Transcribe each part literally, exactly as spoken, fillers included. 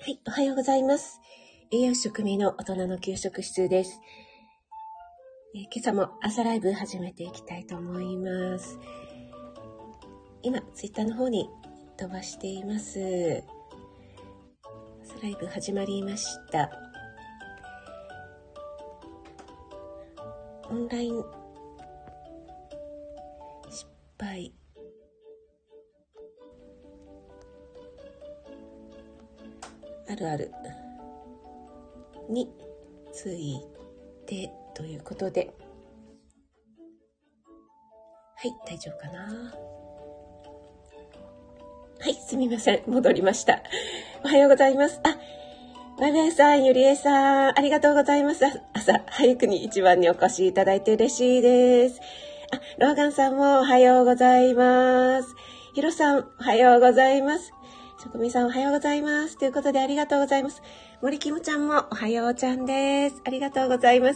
はい、おはようございます。栄養士食味の大人の給食室です、えー、今朝も朝ライブ始めていきたいと思います。今、ツイッターの方に飛ばしています。朝ライブ始まりました。オンライン失敗。あるあるについてということで、はい、大丈夫かな。はい、すみません、戻りました。おはようございます。あ、まいまいさん、ゆりえさん、ありがとうございます。朝早くに一番にお越しいただいて嬉しいです。あ、ローガンさんもおはようございます。ヒロさん、おはようございます。職味さん、おはようございます。ということでありがとうございます。森キムちゃんもおはようちゃんです。ありがとうございます。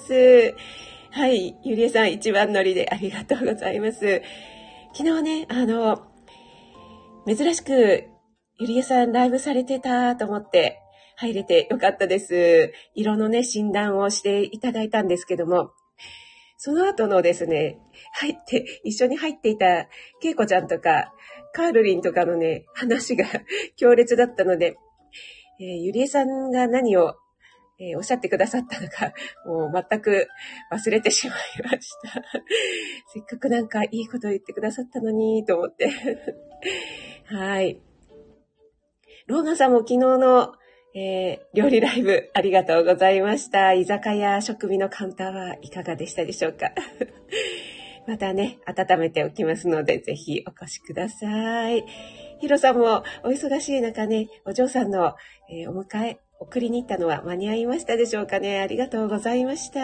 はい、ゆりえさん一番乗りでありがとうございます。昨日ね、あの、珍しくゆりえさんライブされてたと思って入れてよかったです。色のね、診断をしていただいたんですけども、その後のですね、入って、一緒に入っていたけいこちゃんとか、カールリンとかのね、話が強烈だったので、えー、ゆりえさんが何を、えー、おっしゃってくださったのか、もう全く忘れてしまいました。せっかくなんかいいこと言ってくださったのに、と思って。はい。ローガンさんも昨日の、えー、料理ライブありがとうございました。居酒屋食味のカウンターはいかがでしたでしょうか。またね、温めておきますので、ぜひお越しください。ヒロさんもお忙しい中ね、お嬢さんの、えー、お迎え、送りに行ったのは間に合いましたでしょうかね。ありがとうございました。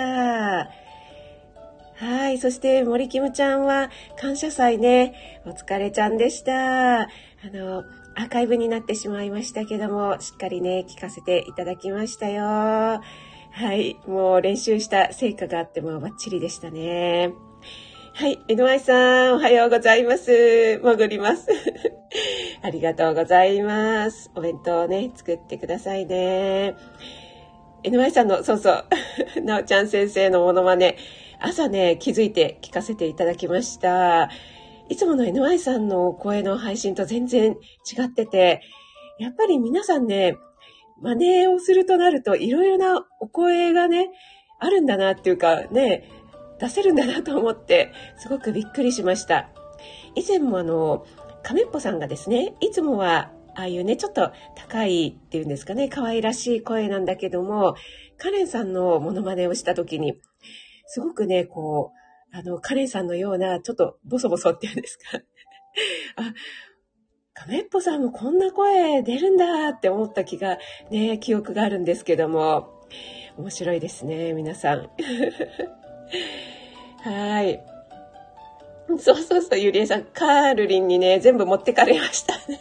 はい。そして森キムちゃんは感謝祭ね、お疲れちゃんでした。あの、アーカイブになってしまいましたけども、しっかりね、聞かせていただきましたよ。はい。もう練習した成果があってもバッチリでしたね。はい。エヌワイさん、おはようございます。潜ります。ありがとうございます。お弁当をね、作ってくださいね。エヌワイさんの、そうそう、なおちゃん先生のモノマネ、朝ね、気づいて聞かせていただきました。いつもの エヌワイ さんの声の配信と全然違ってて、やっぱり皆さんね、真似をするとなるといろいろなお声がね、あるんだなっていうかね、出せるんだなと思って、すごくびっくりしました。以前もあの、亀っぽさんがですね、いつもはああいうね、ちょっと高いっていうんですかね、可愛らしい声なんだけども、カレンさんのモノマネをした時に、すごくね、こう、あの、カレンさんのような、ちょっとボソボソっていうんですか。あ、亀っぽさんもこんな声出るんだって思った気が、ね、記憶があるんですけども、面白いですね、皆さん。はい。そうそうそう、ゆりえさん、カールリンにね、全部持ってかれましたね。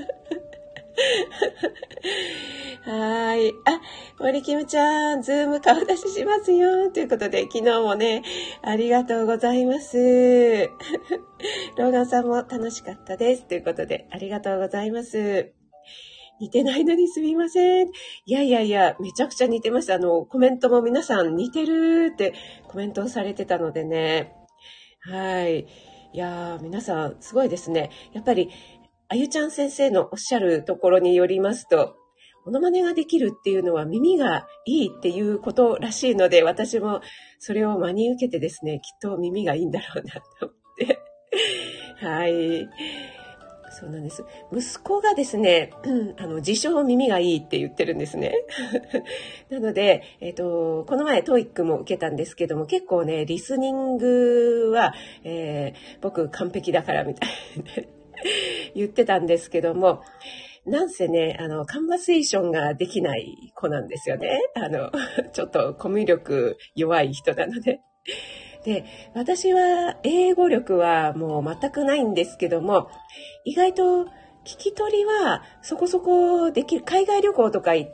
はい。あ、森キムちゃん、ズーム顔出ししますよ。ということで、昨日もね、ありがとうございます。ローガンさんも楽しかったです。ということで、ありがとうございます。似てないのにすみません。いやいやいや、めちゃくちゃ似てました。あの、コメントも皆さん似てるってコメントをされてたのでね。はい。いやー、皆さんすごいですね。やっぱり、あゆちゃん先生のおっしゃるところによりますと、モノマネができるっていうのは耳がいいっていうことらしいので、私もそれを真に受けてですね、きっと耳がいいんだろうなと思って。はい。そうなんです。息子がですね、あの、自称耳がいいって言ってるんですね。なので、えっと、この前トイックも受けたんですけども、結構ね、リスニングは、えー、僕完璧だからみたいな言ってたんですけども、なんせね、あの、カンバセーションができない子なんですよね。あの、ちょっとコミュ力弱い人なので。で、私は英語力はもう全くないんですけども、意外と聞き取りはそこそこできる。海外旅行とか行って、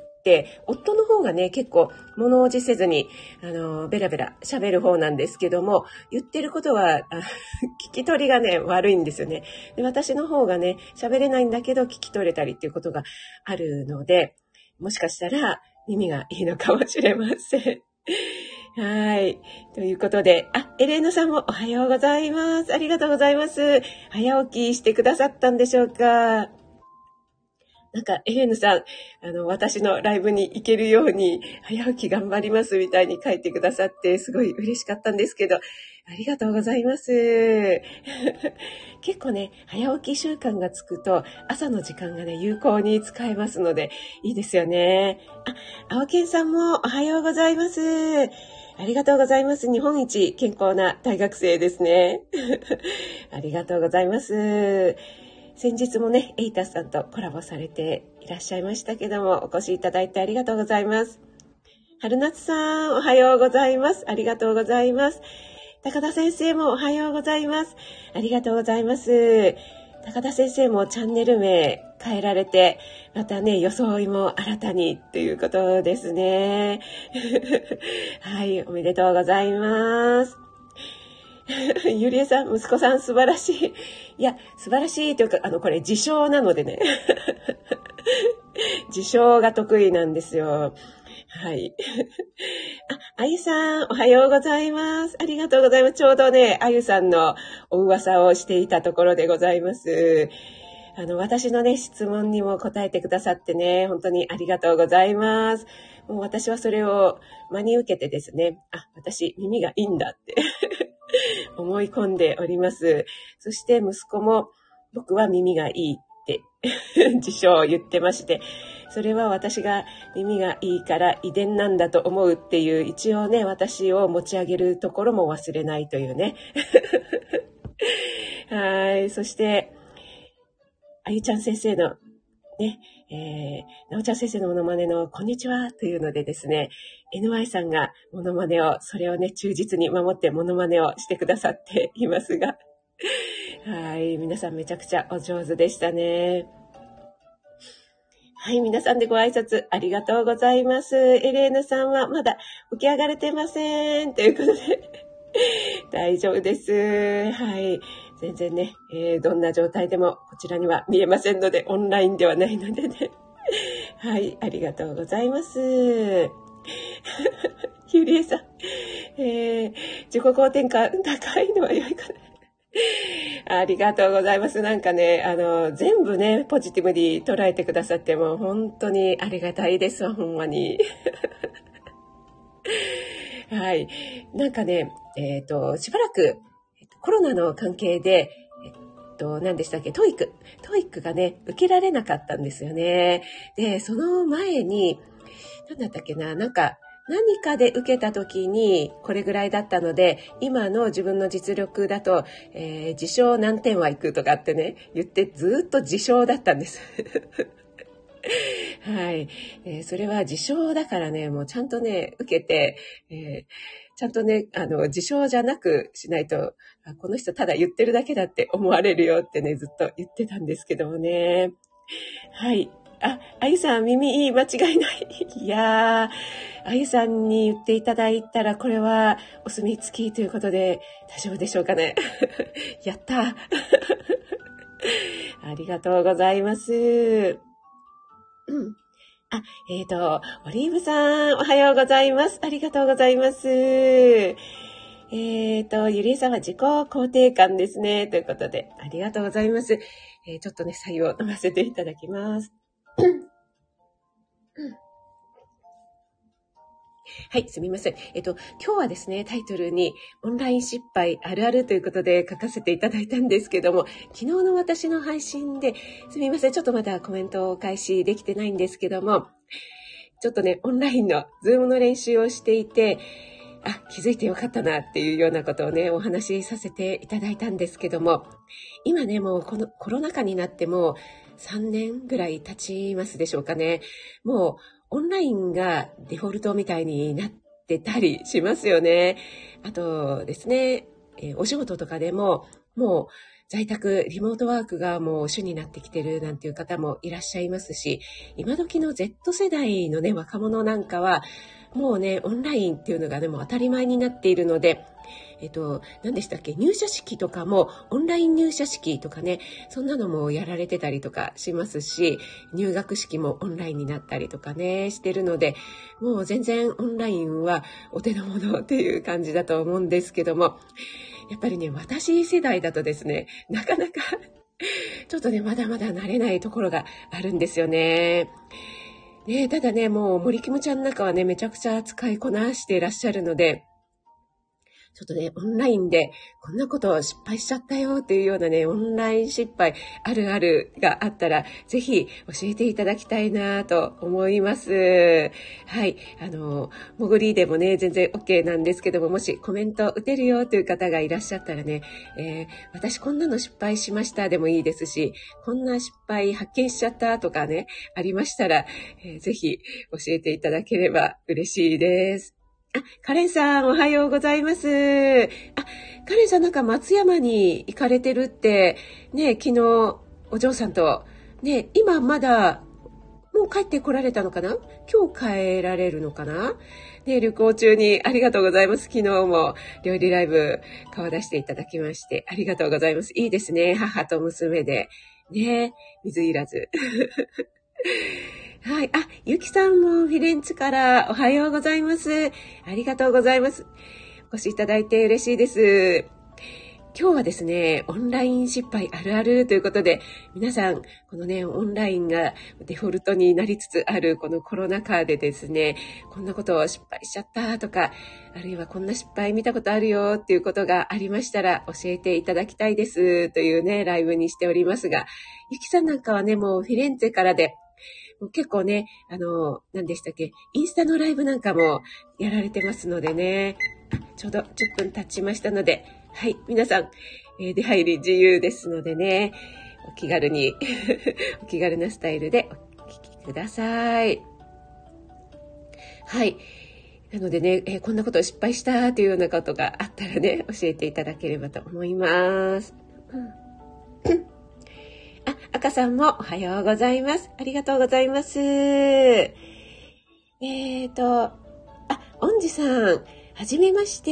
夫の方がね、結構物おじせずに、あの、ベラベラ喋る方なんですけども、言ってることは、聞き取りがね、悪いんですよね。で、私の方がね、喋れないんだけど聞き取れたりっていうことがあるので、 もしかしたら耳がいいのかもしれません。はい。ということで、あ、エレーヌさんもおはようございます。ありがとうございます。早起きしてくださったんでしょうか。なんか、エレーヌさん、あの、私のライブに行けるように、早起き頑張りますみたいに書いてくださって、すごい嬉しかったんですけど、ありがとうございます。結構ね、早起き習慣がつくと、朝の時間がね、有効に使えますので、いいですよね。あ、青健さんもおはようございます。ありがとうございます。日本一健康な大学生ですね。ありがとうございます。先日もね、エイタスさんとコラボされていらっしゃいましたけども、お越しいただいてありがとうございます。春夏さん、おはようございます。ありがとうございます。高田先生もおはようございます。ありがとうございます。高田先生もチャンネル名変えられて、またね、装いも新たにということですね。はい、おめでとうございます。ゆりえさん、息子さん素晴らしい。いや、素晴らしいというか、あの、これ自称なのでね。自称が得意なんですよ。はい。あ、あゆさん、おはようございます。ありがとうございます。ちょうどね、あゆさんのお噂をしていたところでございます。あの、私のね、質問にも答えてくださってね、本当にありがとうございます。もう私はそれを真に受けてですね、あ、私耳がいいんだって思い込んでおります。そして息子も僕は耳がいいって自称言ってまして、それは私が耳がいいから遺伝なんだと思うっていう、一応ね、私を持ち上げるところも忘れないというね。はい。そして、あゆちゃん先生のね、えー、なおちゃん先生のモノマネのこんにちはというのでですね、エヌワイ さんがモノマネを、それをね、忠実に守ってモノマネをしてくださっていますが、はい、皆さんめちゃくちゃお上手でしたね。はい、皆さんでご挨拶ありがとうございます。エレーヌさんはまだ起き上がれてません。ということで、大丈夫です。はい。全然ね、えー、どんな状態でもこちらには見えませんので、オンラインではないのでね。はい、ありがとうございます。ゆりえさん、えー、自己肯定感高いのは良いかな。ありがとうございます。なんかね、あの、全部ね、ポジティブに捉えてくださっても、本当にありがたいですわ、ほんまに。はい。なんかね、えっと、しばらくコロナの関係で、えっと、何でしたっけ、トイック。トイックがね、受けられなかったんですよね。で、その前に、何だったっけな、なんか、何かで受けた時にこれぐらいだったので、今の自分の実力だと、えー、自称何点はいくとかってね、言ってずっと自称だったんです。はい、えー。それは自称だからね、もうちゃんとね、受けて、えー、ちゃんとね、あの、自称じゃなくしないと、あ、この人ただ言ってるだけだって思われるよってね、ずっと言ってたんですけどもね。はい。あ、あゆさん、耳いい、間違いない。いやー、あゆさんに言っていただいたら、これはお墨付きということで、大丈夫でしょうかね。やったー。ありがとうございます。うん。あ、えっと、オリーブさん、おはようございます。ありがとうございます。えっと、ゆりえさんは自己肯定感ですね。ということで、ありがとうございます。えー、ちょっとね、白湯を飲ませていただきます。はい、すみません。えっと、今日はですね、タイトルにオンライン失敗あるあるということで書かせていただいたんですけども、昨日の私の配信で、すみません、ちょっとまだコメントを開始できてないんですけども、ちょっとね、オンラインのズームの練習をしていて、あ、気づいてよかったなっていうようなことをね、お話しさせていただいたんですけども、今ね、もうこのコロナ禍になってもさんねんぐらい経ちますでしょうかね。もうオンラインがデフォルトみたいになってたりしますよね。あとですね、えー、お仕事とかでももう在宅、リモートワークがもう主になってきてるなんていう方もいらっしゃいますし、今時の Z 世代のね、若者なんかはもうね、オンラインっていうのがね、もう当たり前になっているので、 えっと、何でしたっけ、入社式とかも、オンライン入社式とかね、そんなのもやられてたりとかしますし、入学式もオンラインになったりとかね、してるので、もう全然オンラインはお手の物っていう感じだと思うんですけども、やっぱりね、私世代だとですね、なかなか、ちょっとね、まだまだ慣れないところがあるんですよね。ね、ただね、もう森キムちゃんの中はね、めちゃくちゃ使いこなしていらっしゃるので、ちょっとね、オンラインでこんなことを失敗しちゃったよっていうようなね、オンライン失敗あるあるがあったら、ぜひ教えていただきたいなと思います。はい。あの、もぐりでもね、全然 OK なんですけども、もしコメント打てるよという方がいらっしゃったらね、えー、私こんなの失敗しましたでもいいですし、こんな失敗発見しちゃったとかね、ありましたら、えー、ぜひ教えていただければ嬉しいです。あ、カレンさん、おはようございます。あ、カレンさんなんか松山に行かれてるって、ね、昨日お嬢さんと、ね、今まだ、もう帰ってこられたのかな？今日帰られるのかな？ね、旅行中にありがとうございます。昨日も料理ライブ顔出していただきまして、ありがとうございます。いいですね。母と娘で。ね、水いらず。はい。あ、ゆきさんもフィレンツェからおはようございます。ありがとうございます。お越しいただいて嬉しいです。今日はですね、オンライン失敗あるあるということで、皆さん、このね、オンラインがデフォルトになりつつあるこのコロナ禍でですね、こんなことを失敗しちゃったとか、あるいはこんな失敗見たことあるよっていうことがありましたら教えていただきたいですというね、ライブにしておりますが、ゆきさんなんかはね、もうフィレンツェからで、結構ね、あの、何でしたっけ、インスタのライブなんかもやられてますのでね、ちょうどじゅっぷん経ちましたので、はい、皆さん、えー、出入り自由ですのでね、お気軽に、お気軽なスタイルでお聞きください。はい。なのでね、えー、こんなことを失敗したというようなことがあったらね、教えていただければと思います。あ、赤さんもおはようございます。ありがとうございます。えーと、あ、恩師さん、はじめまして。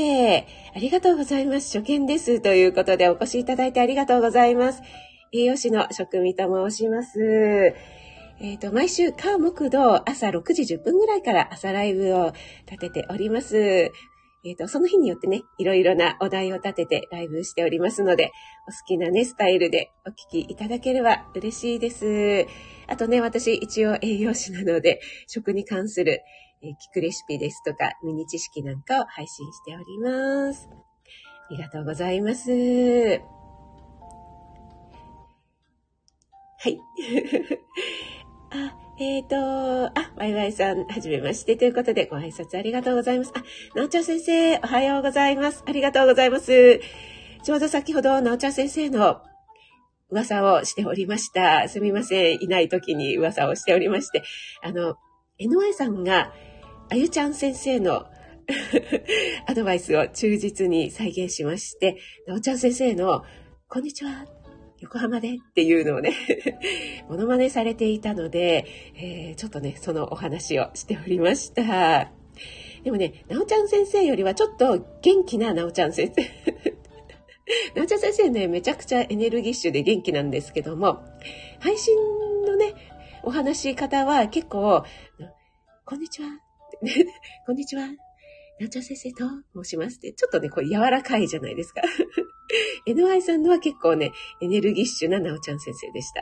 ありがとうございます。初見です。ということでお越しいただいてありがとうございます。栄養士の職味と申します。えーと、毎週火木土朝ろくじじゅっぷんぐらいから朝ライブを立てております。えっと、その日によってね、いろいろなお題を立ててライブしておりますので、お好きなね、スタイルでお聞きいただければ嬉しいです。あとね、私一応栄養士なので、食に関する、えー、聞くレシピですとか、ミニ知識なんかを配信しております。ありがとうございます。はい。あ、えっ、ー、と、あ、ワイワイさん、はじめましてということで、ご挨拶ありがとうございます。あ、なおちゃん先生、おはようございます。ありがとうございます。ちょうど先ほど、なおちゃん先生の噂をしておりました。すみません、いない時に噂をしておりまして、あの、エヌワイ さんが、あゆちゃん先生のアドバイスを忠実に再現しまして、なおちゃん先生の、こんにちは。横浜でっていうのをねモノマネされていたので、えー、ちょっとねそのお話をしておりました。でもね、なおちゃん先生よりはちょっと元気ななおちゃん先生なおちゃん先生ね、めちゃくちゃエネルギッシュで元気なんですけども、配信のねお話し方は結構こんにちはこんにちは、なおちゃん先生と申しますって、ちょっとねこう柔らかいじゃないですかエヌワイ さんのは結構ね、エネルギッシュななおちゃん先生でした。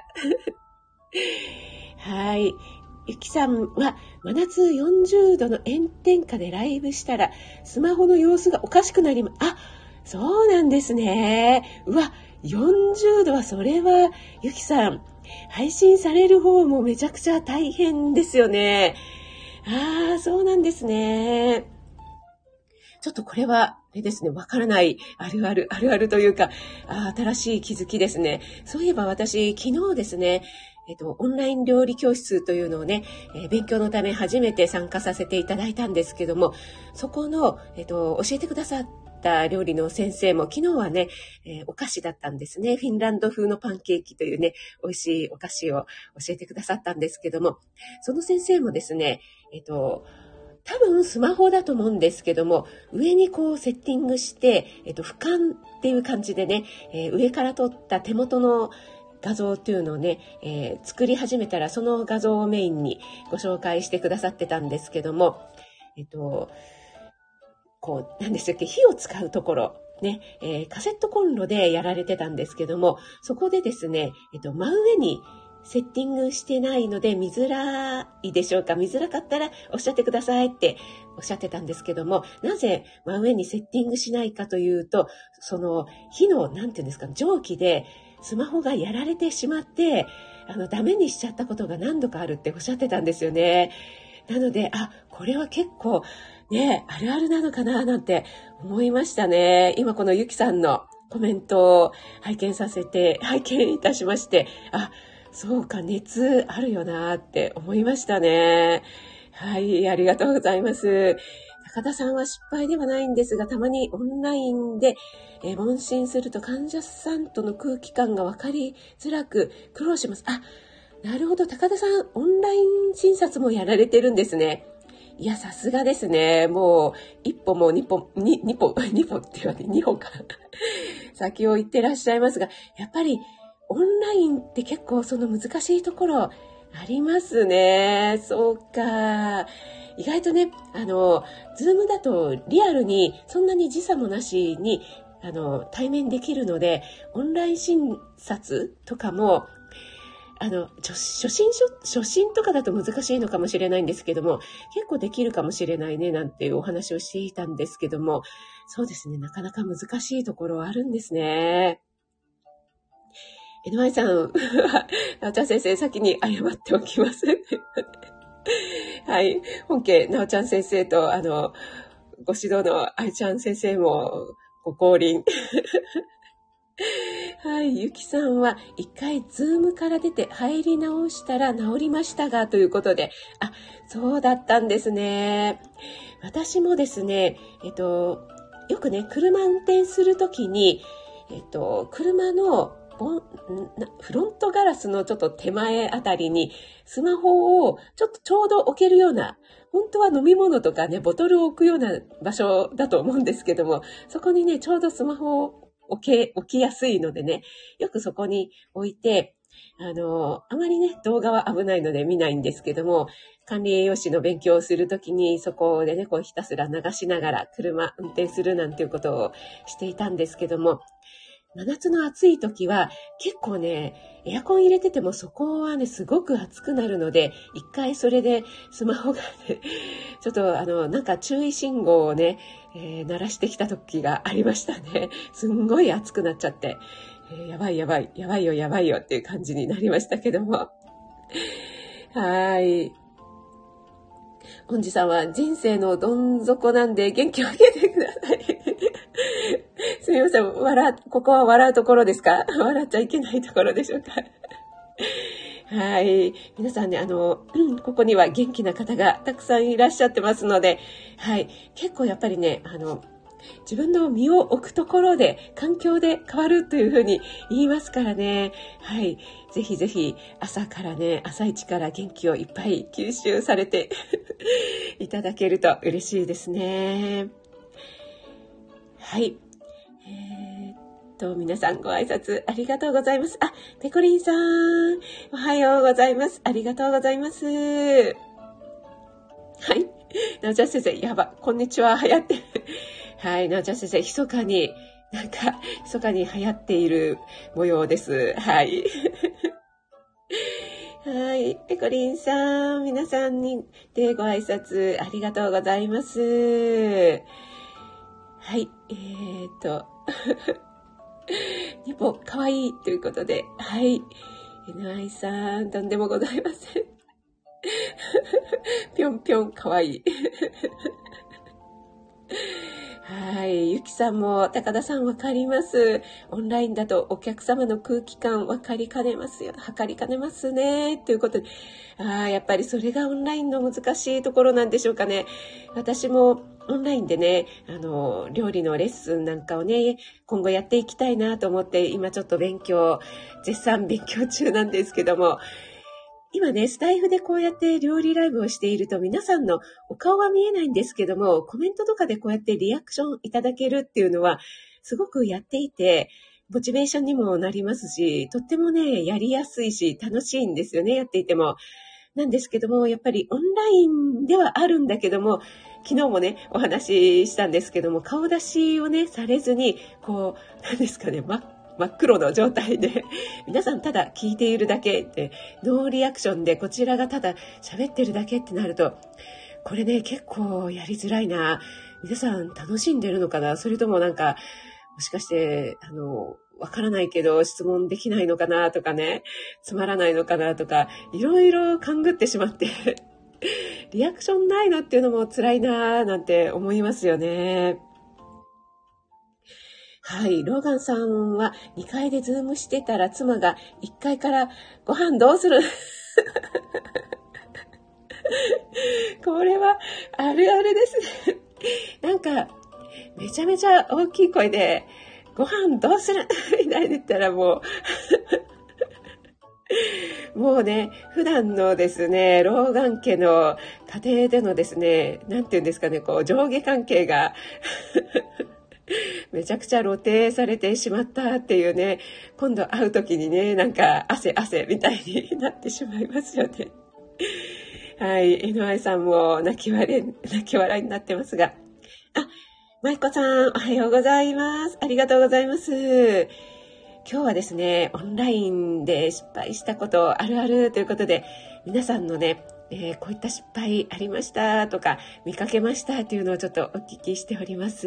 はい。ゆきさんは真夏よんじゅうどの炎天下でライブしたらスマホの様子がおかしくなりま、あ、そうなんですね。うわ、よんじゅうどはそれはゆきさん、配信される方もめちゃくちゃ大変ですよね。ああ、そうなんですね。ちょっとこれは、あれですね、わからないあるある、あるあるというか、あ、新しい気づきですね。そういえば私、昨日ですね、えっと、オンライン料理教室というのをね、えー、勉強のため初めて参加させていただいたんですけども、そこの、えっと、教えてくださった料理の先生も、昨日はね、えー、お菓子だったんですね。フィンランド風のパンケーキというね、美味しいお菓子を教えてくださったんですけども、その先生もですね、えっと、 多分スマホだと思うんですけども、上にこうセッティングして、えっと、俯瞰っていう感じでね、えー、上から撮った手元の画像っていうのをね、えー、作り始めたらその画像をメインにご紹介してくださってたんですけども、えっと、こう、何でしたっけ、火を使うところ、ね、えー、カセットコンロでやられてたんですけども、そこでですね、えっと、真上にセッティングしてないので見づらいでしょうか。見づらかったらおっしゃってくださいっておっしゃってたんですけども、なぜ真上にセッティングしないかというと、その火の、なんていうんですか、蒸気でスマホがやられてしまって、あの、ダメにしちゃったことが何度かあるっておっしゃってたんですよね。なので、あ、これは結構ね、あるあるなのかななんて思いましたね。今このゆきさんのコメントを拝見させて、拝見いたしまして、あ、そうか、熱あるよなって思いましたね。はい、ありがとうございます。高田さんは失敗ではないんですが、たまにオンラインで、えー、問診すると患者さんとの空気感が分かりづらく苦労します。あ、なるほど。高田さん、オンライン診察もやられてるんですね。いや、さすがですね。もう、一歩も二歩、二二歩、二歩って言われて、二歩か。先を行ってらっしゃいますが、やっぱり、オンラインって結構その難しいところありますね。そうか。意外とね、あの、ズームだとリアルにそんなに時差もなしに、あの、対面できるので、オンライン診察とかも、あの、初心、初心とかだと難しいのかもしれないんですけども、結構できるかもしれないね、なんていうお話をしていたんですけども、そうですね、なかなか難しいところはあるんですね。エヌワイさん、なおちゃん先生、先に謝っておきます。はい。本家、なおちゃん先生と、あの、ご指導のあいちゃん先生も、ご降臨。はい。ゆきさんは、一回、ズームから出て入り直したら治りましたが、ということで。あ、そうだったんですね。私もですね、えっと、よくね、車運転するときに、えっと、車の、フロントガラスのちょっと手前あたりにスマホをちょっとちょうど置けるような、本当は飲み物とかね、ボトルを置くような場所だと思うんですけども、そこにね、ちょうどスマホを置け、置きやすいのでね、よくそこに置いて、あの、あまりね、動画は危ないので見ないんですけども、管理栄養士の勉強をするときにそこでね、こうひたすら流しながら車運転するなんていうことをしていたんですけども、真夏の暑い時は結構ね、エアコン入れててもそこはね、すごく暑くなるので、一回それでスマホがね、ちょっとあの、なんか注意信号をね、えー、鳴らしてきた時がありましたね。すんごい暑くなっちゃって、えー、やばいやばい、やばいよやばいよっていう感じになりましたけども。はい。本寺さんは人生のどん底なんで元気をあげてください。すみません。笑、ここは笑うところですか？笑っちゃいけないところでしょうか？はい。皆さんね、あの、ここには元気な方がたくさんいらっしゃってますので、はい。結構やっぱりね、あの、自分の身を置くところで、環境で変わるというふうに言いますからね。はい。ぜひぜひ朝からね、朝一から元気をいっぱい吸収されていただけると嬉しいですね。はい。えー、っと、皆さんご挨拶ありがとうございます。あ、ペコリンさん、おはようございます。ありがとうございます。はい。なおちゃん先生、やば、こんにちは、流行って。はい、なおちゃん先生、密かに、なんか、密かに流行っている模様です。はい。はい、ペコリンさん、皆さんにでご挨拶ありがとうございます。はい、えーっと、ニポ、かわいいということで、はい、エヌアイさん、とんでもございません。ぴょんぴょんかわいい。はい。ゆきさんも、高田さんわかります。オンラインだとお客様の空気感わかりかねますよ。測りかねますね。ということで。ああ、やっぱりそれがオンラインの難しいところなんでしょうかね。私もオンラインでね、あの、料理のレッスンなんかをね、今後やっていきたいなと思って、今ちょっと勉強、絶賛勉強中なんですけども、 今ね、スタイフでこうやって料理ライブをしていると皆さんのお顔は見えないんですけども、コメントとかでこうやってリアクションいただけるっていうのはすごくやっていて、モチベーションにもなりますし、とってもね、やりやすいし楽しいんですよね、やっていても。なんですけども、やっぱりオンラインではあるんだけども、昨日もね、お話ししたんですけども、顔出しをね、されずに、こう、何ですかね、真っ真っ黒の状態で皆さんただ聞いているだけってノーリアクションでこちらがただ喋ってるだけってなると、これね結構やりづらいな。皆さん楽しんでるのかな、それともなんかもしかしてあのわからないけど質問できないのかなとかね、つまらないのかなとかいろいろ勘ぐってしまってリアクションないのっていうのも辛いななんて思いますよね。はい。ローガンさんはにかいでズームしてたら妻がいっかいからご飯どうするこれはあるあるですね。なんかめちゃめちゃ大きい声でご飯どうするみたいに言ったらもうもうね、普段のですね、ローガン家の家庭でのですね、なんていうんですかね、こう上下関係がめちゃくちゃ露呈されてしまったっていうね、今度会う時にね、なんか汗汗みたいになってしまいますよね。はい、エヌアイ さんも泣き笑い、泣き笑いになってますが。あ、マイコさん、おはようございます。ありがとうございます。今日はですね、オンラインで失敗したことあるあるということで、皆さんのね、えー、こういった失敗ありましたとか、見かけましたっていうのをちょっとお聞きしております。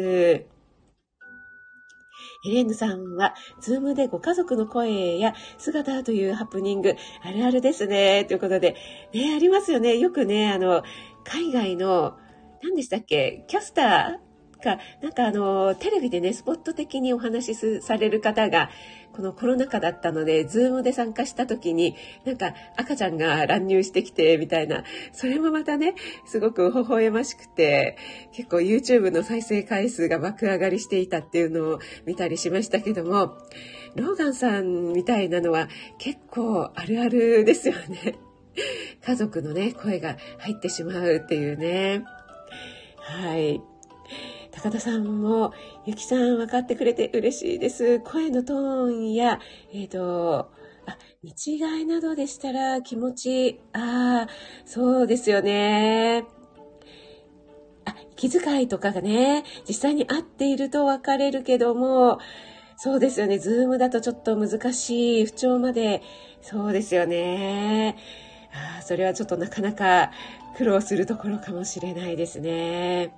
ヘレーヌさんは、ズームでご家族の声や姿というハプニング、あるあるですね。ということで、ね、ありますよね。よくね、あの、海外の、何でしたっけ、キャスターか、なんかあの、テレビでね、スポット的にお話しされる方が、このコロナ禍だったので、ズームで参加した時に、なんか赤ちゃんが乱入してきて、みたいな、それもまたね、すごく微笑ましくて、結構 YouTube の再生回数が爆上がりしていたっていうのを見たりしましたけども、ローガンさんみたいなのは結構あるあるですよね。家族のね、声が入ってしまうっていうね。はい。高田さんも、ゆきさん分かってくれて嬉しいです。声のトーンや、えっと、あ、見違いなどでしたら気持ち、ああ、そうですよね。あ、気遣いとかがね、実際に合っていると分かれるけども、そうですよね。ズームだとちょっと難しい不調まで、そうですよね。あ、それはちょっとなかなか苦労するところかもしれないですね。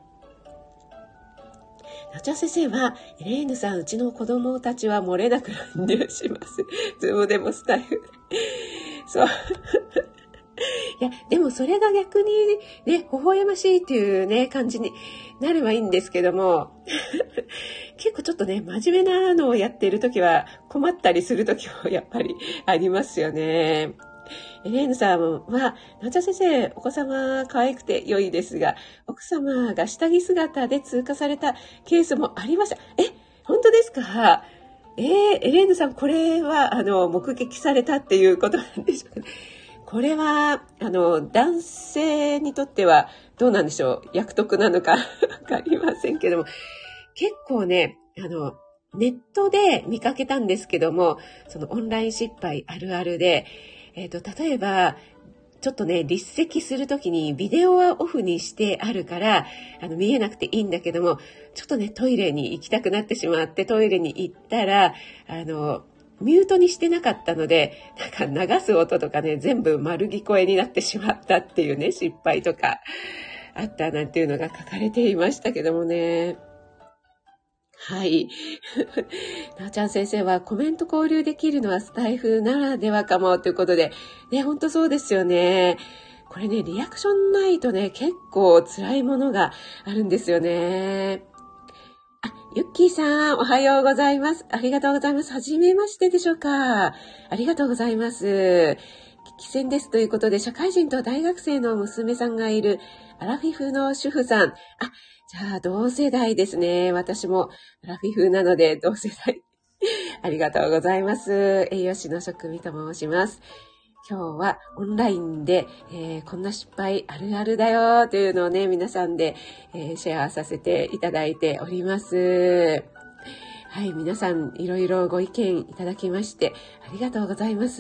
なちゃ先生は、エレーヌさん、うちの子供たちは漏れなく乱入します。ズームでもスタイフ。そう。いや、でもそれが逆にね、微笑ましいっていうね、感じになればいいんですけども、結構ちょっとね、真面目なのをやっているときは困ったりするときもやっぱりありますよね。エレーヌさんは、なちゃ先生、お子様可愛くて良いですが、奥様が下着姿で通過されたケースもありました。え、本当ですか？えー、エレーヌさん、これは、あの、目撃されたっていうことなんでしょうかね。これは、あの、男性にとってはどうなんでしょう。役得なのかわかりませんけども、結構ね、あの、ネットで見かけたんですけども、そのオンライン失敗あるあるで、えっと、例えば、ちょっとね、立席するときにビデオはオフにしてあるから、あの、見えなくていいんだけども、ちょっとね、トイレに行きたくなってしまって、トイレに行ったら、あの、ミュートにしてなかったので、なんか流す音とかね、全部丸聞こえになってしまったっていうね、失敗とかあったなんていうのが書かれていましたけどもね。はい。なおちゃん先生はコメント交流できるのはスタイフならではかもということで、ね、ほんとそうですよね。これね、リアクションないとね、結構辛いものがあるんですよね。あ、ゆっきーさん、おはようございます。ありがとうございます。はじめましてでしょうか。ありがとうございます。聞き戦ですということで、社会人と大学生の娘さんがいるアラフィフの主婦さん。あ、じゃあ、同世代ですね。私もアラフィフなので、同世代。ありがとうございます。栄養士の職味と申します。 今日はオンラインで、えー、こんな失敗あるあるだよというのをね、皆さんで、えー、シェアさせていただいております。はい、皆さんいろいろご意見いただきましてありがとうございます。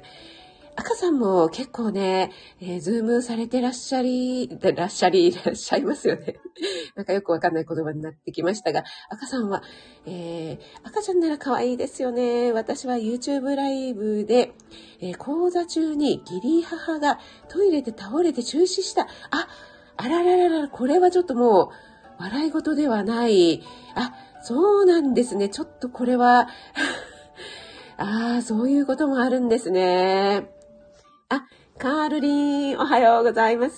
赤さんも結構ね、えー、ズームされてらっしゃり、らっしゃり、いらっしゃいますよね。なんかよくわかんない言葉になってきましたが、赤さんは、えー、赤ちゃんなら可愛いですよね。私は YouTube ライブで、えー、講座中に義理母がトイレで倒れて中止した。あ、あらららら、これはちょっともう、笑い事ではない。あ、そうなんですね。ちょっとこれは、ああ、そういうこともあるんですね。あ、カールリン、おはようございます。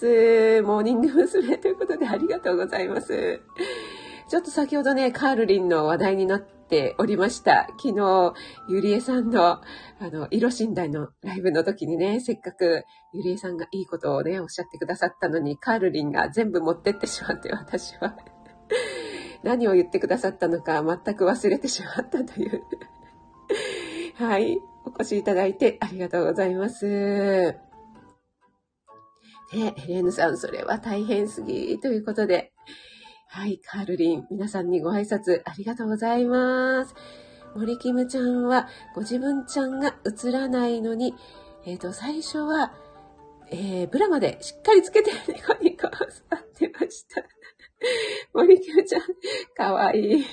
モーニング娘。ということでありがとうございます。ちょっと先ほどね、カールリンの話題になっておりました。昨日、ゆりえさんの、あの、色寝台のライブの時にね、せっかくゆりえさんがいいことをね、おっしゃってくださったのに、カールリンが全部持ってってしまって、私は何を言ってくださったのか全く忘れてしまったというはい、お越しいただいてありがとうございます。ね、ヘレーヌさん、それは大変すぎということで、はい、カールリン、皆さんにご挨拶ありがとうございます。森キムちゃんは、ご自分ちゃんが映らないのに、えっと、最初は、えー、ブラまでしっかりつけてニコニコ座ってました。森キムちゃん、かわいい。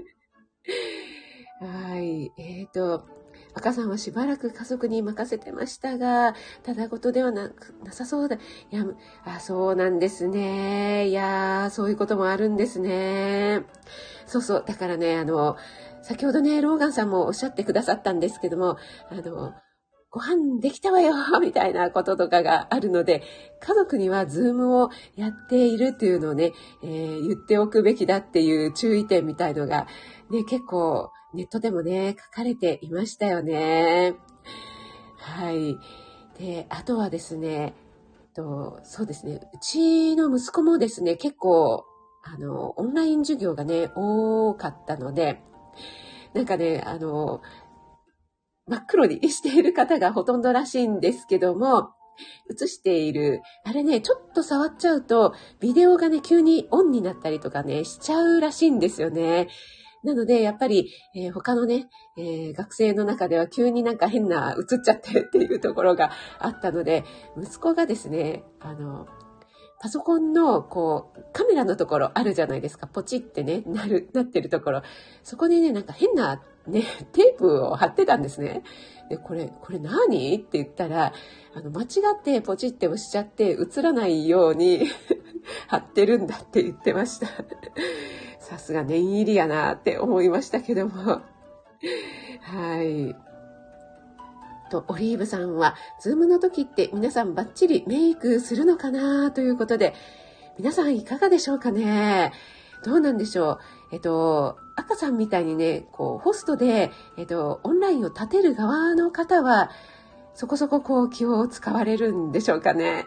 はい、えっと、赤さんはしばらく家族に任せてましたが、ただごとではなく、なさそうだ。いや、あ、そうなんですね。いや、そういうこともあるんですね。そうそう。だからね、あの、先ほどね、ローガンさんもおっしゃってくださったんですけども、あの、ご飯できたわよみたいなこととかがあるので、家族にはズームをやっているっていうのをね、えー、言っておくべきだっていう注意点みたいのが、ね、結構ネットでもね、書かれていましたよね。はい。で、あとはですね、とそうですね、うちの息子もですね、結構、あの、オンライン授業がね、多かったので、なんかね、あの、真っ黒にしている方がほとんどらしいんですけども、映している、あれね、ちょっと触っちゃうと、ビデオがね、急にオンになったりとかね、しちゃうらしいんですよね。なので、やっぱり、えー、他のね、えー、学生の中では急になんか変な映っちゃってっていうところがあったので、息子がですね、あの、パソコンの、こう、カメラのところあるじゃないですか。ポチってね、なる、なってるところ。そこにね、なんか変な、ね、テープを貼ってたんですね。で、これ、これ何って言ったら、あの、間違ってポチって押しちゃって映らないように貼ってるんだって言ってました。さすが念入りやなって思いましたけども。はい。と、オリーブさんは、ズームの時って皆さんバッチリメイクするのかなということで、皆さんいかがでしょうかね。どうなんでしょう。えっと、赤さんみたいにね、こう、ホストで、えっと、オンラインを立てる側の方は、そこそここう気を使われるんでしょうかね。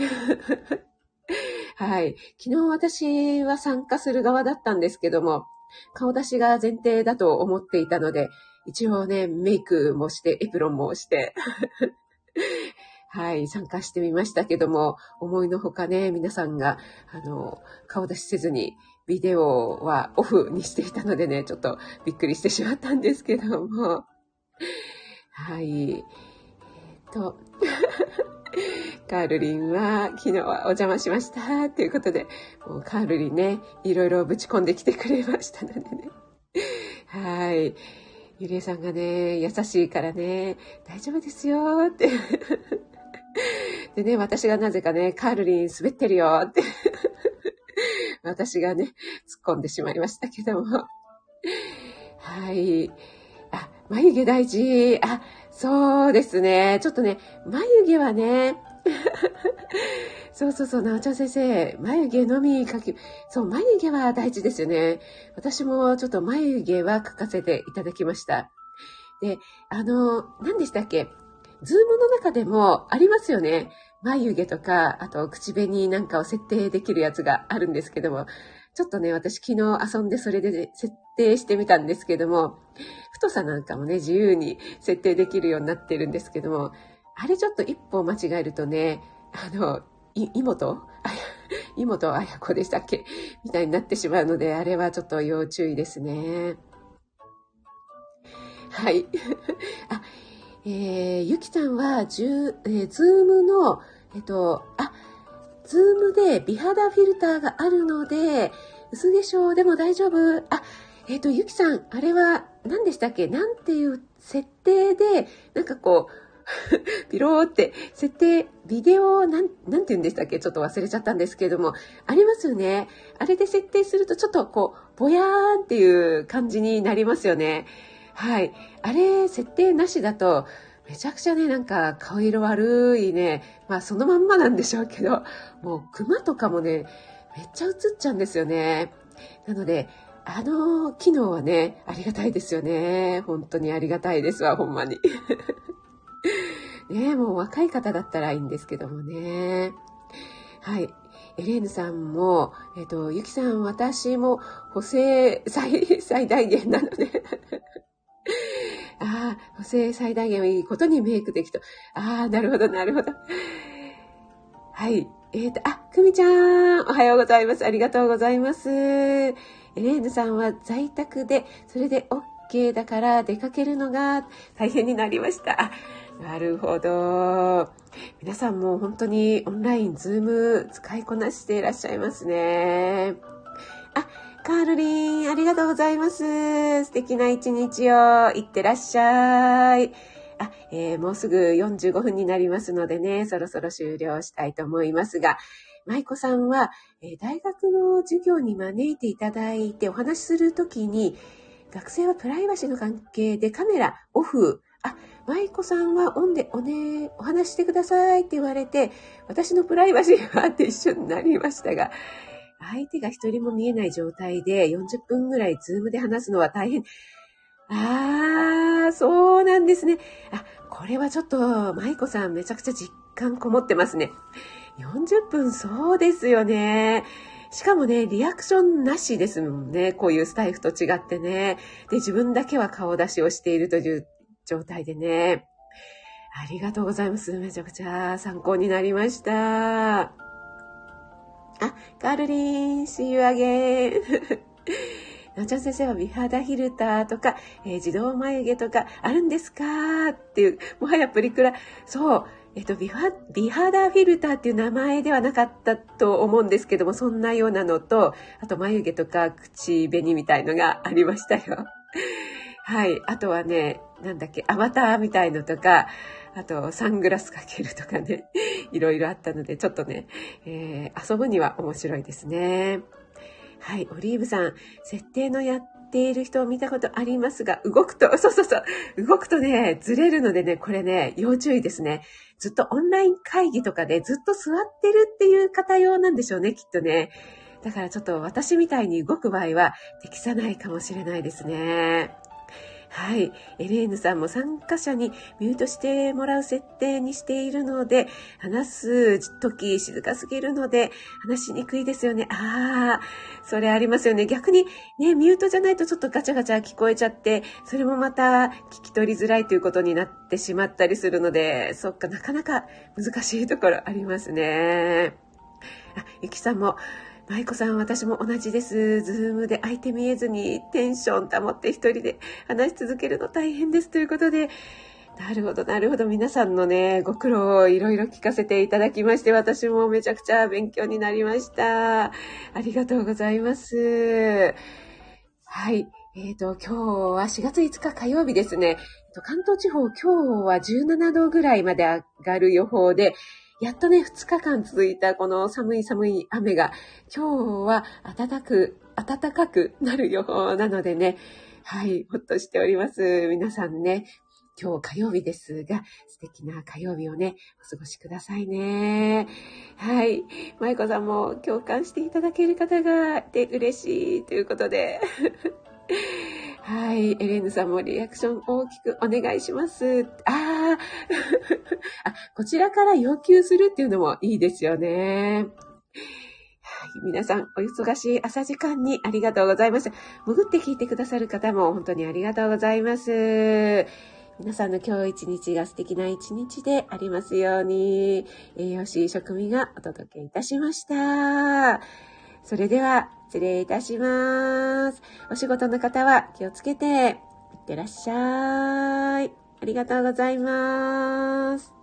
はい。昨日私は参加する側だったんですけども、顔出しが前提だと思っていたので、一応ね、メイクもして、エプロンもして、はい、参加してみましたけども、思いのほかね、皆さんが、あの、顔出しせずに、ビデオはオフにしていたのでね、ちょっとびっくりしてしまったんですけども、はい、えっと、カールリンは昨日はお邪魔しましたということで、もうカールリンね、いろいろぶち込んできてくれましたのでね。はい。ゆりえさんがね、優しいからね、大丈夫ですよって。でね、私がなぜかね、カールリン滑ってるよって。私がね、突っ込んでしまいましたけども。はい。あ、眉毛大事。あ、そうですね。ちょっとね、眉毛はね、そうそうそう、なおちゃん先生、眉毛のみ描き、そう、眉毛は大事ですよね。私もちょっと眉毛は描かせていただきました。で、あの、何でしたっけ？ズームの中でもありますよね。眉毛とか、あと口紅なんかを設定できるやつがあるんですけども、ちょっとね、私昨日遊んでそれで、ね、設定してみたんですけども、太さなんかもね、自由に設定できるようになってるんですけども、 あれちょっと一歩間違えるとね、あの、い、妹あ妹綾子でしたっけみたいになってしまうので、あれはちょっと要注意ですね。はい。あ、えー、ゆきさんは、じゅう、えー、ズームの、えっと、あ、ズームで美肌フィルターがあるので、薄化粧でも大丈夫。あ、えっと、ゆきさん、あれは何でしたっけ？なんていう設定で、なんかこう、ピローって設定、ビデオ、なん、なんて言うんでしたっけ？ちょっと忘れちゃったんですけれども、ありますよね。あれで設定するとちょっとこう、ぼやーんっていう感じになりますよね。はい。あれ、設定なしだと、めちゃくちゃね、なんか顔色悪いね、まあそのまんまなんでしょうけど、もうクマとかもね、めっちゃ映っちゃうんですよね。なので、あの機能はね、ありがたいですよね。本当にありがたいですわ、ほんまに。ね、もう若い方だったらいいんですけどもね。はい。エレーヌさんも、えっと、ゆきさん、私も補正最、最大限なので。ああ、補正最大限はいいことにメイクできと。ああ、なるほど、なるほど。はい。えっと、あ、くみちゃん、おはようございます。ありがとうございます。エレーヌさんは在宅で、それで OK だから出かけるのが大変になりました。なるほど。皆さんも本当にオンライン、ズーム使いこなしていらっしゃいますね。あ、カールリン、ありがとうございます。素敵な一日をいってらっしゃい。あ、えー、もうすぐよんじゅうごふんになりますのでね、そろそろ終了したいと思いますが、舞子さんは、えー、大学の授業に招いていただいてお話しするときに、学生はプライバシーの関係でカメラオフ、あ、舞子さんはオンでおね、お話してくださいって言われて、私のプライバシーはって一緒になりましたが、相手が一人も見えない状態でよんじゅっぷんぐらいズームで話すのは大変。あー、そうなんですね。あ、これはちょっと舞子さんめちゃくちゃ実感こもってますね。よんじゅっぷん、そうですよね。しかもね、リアクションなしですもんね。こういうスタイフと違ってね。で、自分だけは顔出しをしているという状態でね。ありがとうございます。めちゃくちゃ参考になりました。あ、カールリン、See you again. なおちゃん先生は美肌フィルターとか、えー、自動眉毛とかあるんですかっていう、もはやプリクラ、そう、えっと、美肌、美肌フィルターっていう名前ではなかったと思うんですけども、そんなようなのと、あと眉毛とか口紅みたいのがありましたよ。はい。あとはね、なんだっけ、アバターみたいのとか、あとサングラスかけるとかね、いろいろあったので、ちょっとね、えー、遊ぶには面白いですね。はい、オリーブさん、設定のやっている人を見たことありますが、動くと、そうそうそう、動くとね、ずれるのでね、これね、要注意ですね。ずっとオンライン会議とかでずっと座ってるっていう方用なんでしょうね、きっとね。だからちょっと私みたいに動く場合は適さないかもしれないですね。はい。エレーヌさんも参加者にミュートしてもらう設定にしているので、話す時静かすぎるので、話しにくいですよね。ああ、それありますよね。逆にね、ミュートじゃないとちょっとガチャガチャ聞こえちゃって、それもまた聞き取りづらいということになってしまったりするので、そっか、なかなか難しいところありますね。あ、ゆきさんも、舞子さん、私も同じです。ズームで相手見えずにテンション保って一人で話し続けるの大変です。ということで、なるほど、なるほど。皆さんのね、ご苦労をいろいろ聞かせていただきまして、私もめちゃくちゃ勉強になりました。ありがとうございます。はい。えっと、今日はしがついつか火曜日ですね。関東地方、今日はじゅうななどぐらいまで上がる予報で、やっとね、ふつかかん続いたこの寒い寒い雨が、今日は暖かく、暖かくなる予報なのでね、はい、ほっとしております。皆さんね、今日火曜日ですが、素敵な火曜日をね、お過ごしくださいね。はい。舞子さんも共感していただける方がいて嬉しいということで。はい。エレーヌさんもリアクション大きくお願いします。ああ、こちらから要求するっていうのもいいですよね。はい、皆さん、お忙しい朝時間にありがとうございます。潜って聞いてくださる方も本当にありがとうございます。 皆さんの今日一日が素敵な一日でありますように。栄養士食味がお届けいたしました。それでは失礼いたします。お仕事の方は気をつけていってらっしゃい。ありがとうございます。